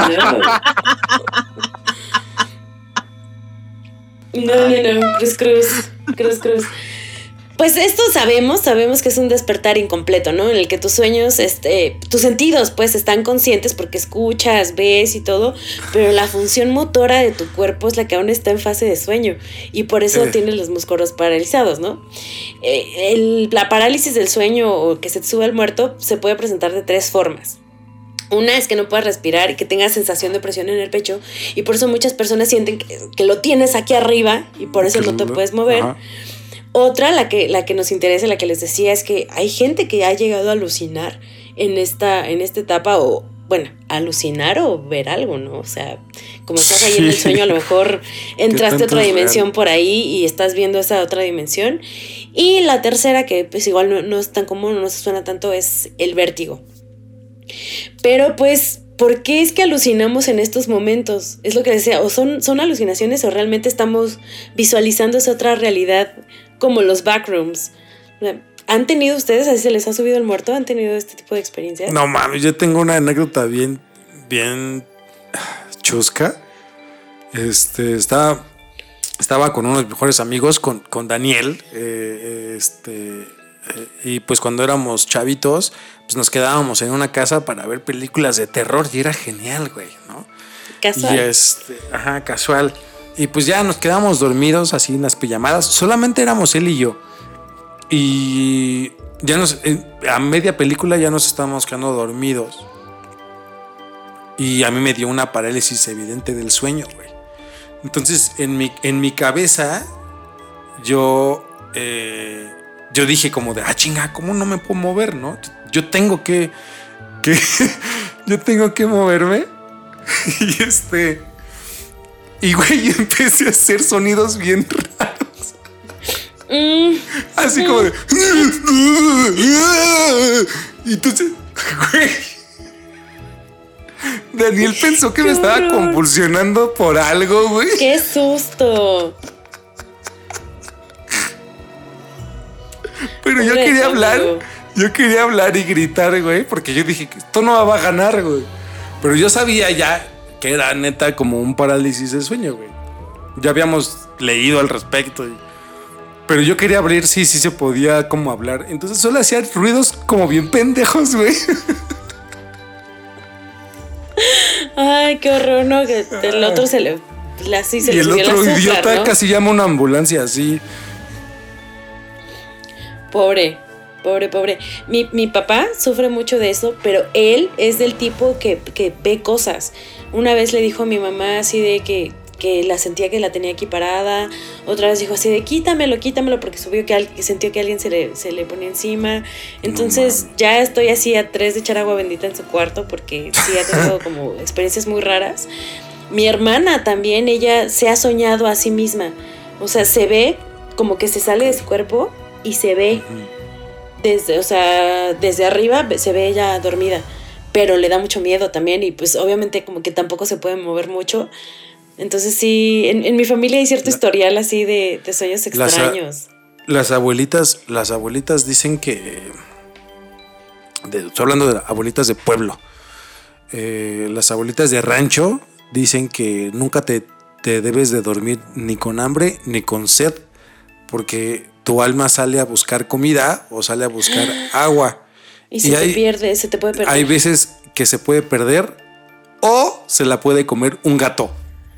Speaker 3: No. Cruz. Pues esto sabemos que es un despertar incompleto, ¿no? En el que tus sueños, tus sentidos, pues, están conscientes porque escuchas, ves y todo, pero la función motora de tu cuerpo es la que aún está en fase de sueño y por eso tienes los músculos paralizados, ¿no? La parálisis del sueño o que se te sube el muerto se puede presentar de 3 formas. Una es que no puedas respirar y que tengas sensación de presión en el pecho y por eso muchas personas sienten que lo tienes aquí arriba y por eso no te puedes mover. Ajá. Otra, la que nos interesa, la que les decía, es que hay gente que ha llegado a alucinar en esta etapa, o bueno, alucinar o ver algo, ¿no? O sea, como estás ahí en el sueño, a lo mejor entraste a otra dimensión por ahí y estás viendo esa otra dimensión. Y la tercera, que pues igual no es tan común, no se suena tanto, es el vértigo. Pero pues ¿por qué es que alucinamos en estos momentos? Es lo que decía, o son alucinaciones o realmente estamos visualizando esa otra realidad como los backrooms. ¿Han tenido ustedes, así se les ha subido el muerto? ¿Han tenido este tipo de experiencias?
Speaker 4: No mames, yo tengo una anécdota bien chusca. Estaba con unos mejores amigos, con Daniel, y pues cuando éramos chavitos, pues nos quedábamos en una casa para ver películas de terror y era genial, güey, ¿no?
Speaker 3: Casual.
Speaker 4: Y casual. Y pues ya nos quedamos dormidos así en las pijamadas, solamente éramos él y yo. Y ya a media película ya nos estábamos quedando dormidos. Y a mí me dio una parálisis evidente del sueño, güey. Entonces, en mi cabeza, yo dije como de, chinga, ¿cómo no me puedo mover, no? Yo tengo que yo tengo que moverme. Y güey, empecé a hacer sonidos bien raros. Así como de... Y entonces, güey, Daniel pensó que me estaba convulsionando por algo, güey.
Speaker 3: ¡Qué susto!
Speaker 4: Pero yo quería hablar y gritar, güey, porque yo dije que esto no va a ganar, güey. Pero yo sabía ya que era neta como un parálisis de sueño, güey. Ya habíamos leído al respecto. Pero yo quería abrir si se podía como hablar. Entonces solo hacía ruidos como bien pendejos, güey.
Speaker 3: Ay, qué horror, ¿no? Que el otro se le
Speaker 4: y el otro idiota, ¿no? Casi llama a una ambulancia así.
Speaker 3: Pobre. Mi papá sufre mucho de eso, pero él es del tipo que ve cosas. Una vez le dijo a mi mamá así de que la sentía que la tenía aquí parada. Otra vez dijo así de quítamelo, porque sintió que alguien se le ponía encima. Entonces ya estoy así a 3 de echar agua bendita en su cuarto, porque sí ha tenido como experiencias muy raras. Mi hermana también, ella se ha soñado a sí misma. O sea, se ve como que se sale de su cuerpo y se ve desde arriba, se ve ella dormida, pero le da mucho miedo también y pues obviamente como que tampoco se puede mover mucho. Entonces sí, en mi familia hay cierto historial así de sueños extraños.
Speaker 4: Las abuelitas dicen que... estoy hablando de abuelitas de pueblo. Las abuelitas de rancho dicen que nunca te debes de dormir ni con hambre ni con sed, porque tu alma sale a buscar comida o sale a buscar agua.
Speaker 3: Y se te puede perder.
Speaker 4: Hay veces que se puede perder o se la puede comer un gato.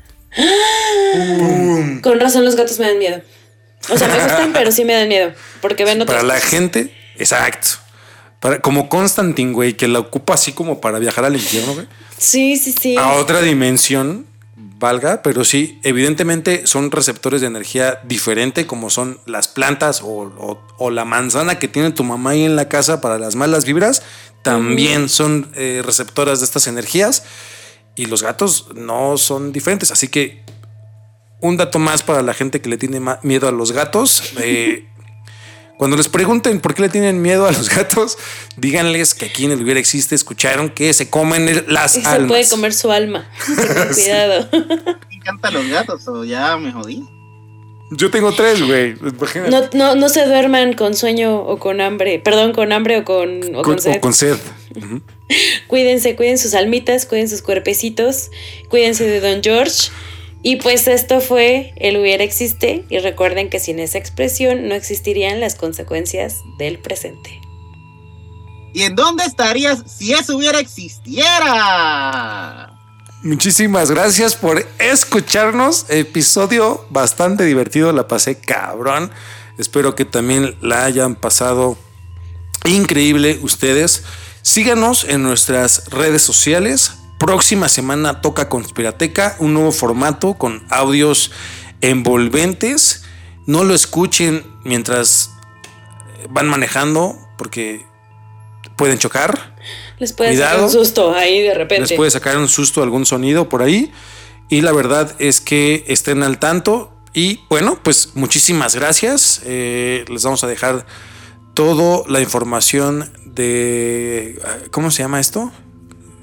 Speaker 3: Con razón los gatos me dan miedo. O sea, me gustan, pero sí me dan miedo, porque ven otras
Speaker 4: Para
Speaker 3: cosas.
Speaker 4: La gente, exacto. Como Constantine, güey, que la ocupa así como para viajar al infierno, güey.
Speaker 3: Sí.
Speaker 4: A otra dimensión, valga, pero sí, evidentemente son receptores de energía diferente, como son las plantas o la manzana que tiene tu mamá ahí en la casa para las malas vibras, también son receptoras de estas energías, y los gatos no son diferentes. Así que un dato más para la gente que le tiene miedo a los gatos. Cuando les pregunten por qué le tienen miedo a los gatos, díganles que aquí en el Hubiera Existe escucharon que se comen las almas.
Speaker 3: Se puede comer su alma. Cuidado.
Speaker 5: Me encantan los gatos, o ya me jodí.
Speaker 4: Yo tengo 3, güey.
Speaker 3: No se duerman con sueño o con hambre. Perdón, con hambre o con sed.
Speaker 4: O con sed.
Speaker 3: Cuídense, cuiden sus almitas, cuiden sus cuerpecitos, cuídense de Don George. Y pues esto fue El Hubiera Existe, y recuerden que sin esa expresión no existirían las consecuencias del presente.
Speaker 5: ¿Y en dónde estarías si eso hubiera existiera?
Speaker 4: Muchísimas gracias por escucharnos. Episodio bastante divertido, la pasé cabrón. Espero que también la hayan pasado increíble ustedes. Síganos en nuestras redes sociales. Próxima semana toca Conspirateca, un nuevo formato con audios envolventes. No lo escuchen mientras van manejando, porque pueden chocar.
Speaker 3: Les puede sacar un susto ahí de repente.
Speaker 4: Les puede sacar un susto algún sonido por ahí. Y la verdad es que estén al tanto. Y bueno, pues muchísimas gracias. Les vamos a dejar toda la información de... ¿Cómo se llama esto?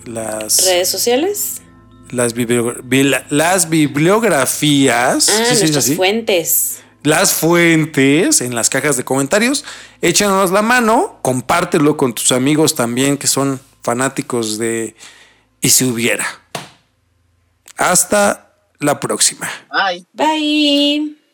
Speaker 3: redes sociales.
Speaker 4: Las bibliografías. ¿Sí
Speaker 3: nuestras fuentes.
Speaker 4: Las fuentes en las cajas de comentarios. Échanos la mano, compártelo con tus amigos también que son fanáticos de Y si hubiera. Hasta la próxima.
Speaker 5: Bye.
Speaker 3: Bye.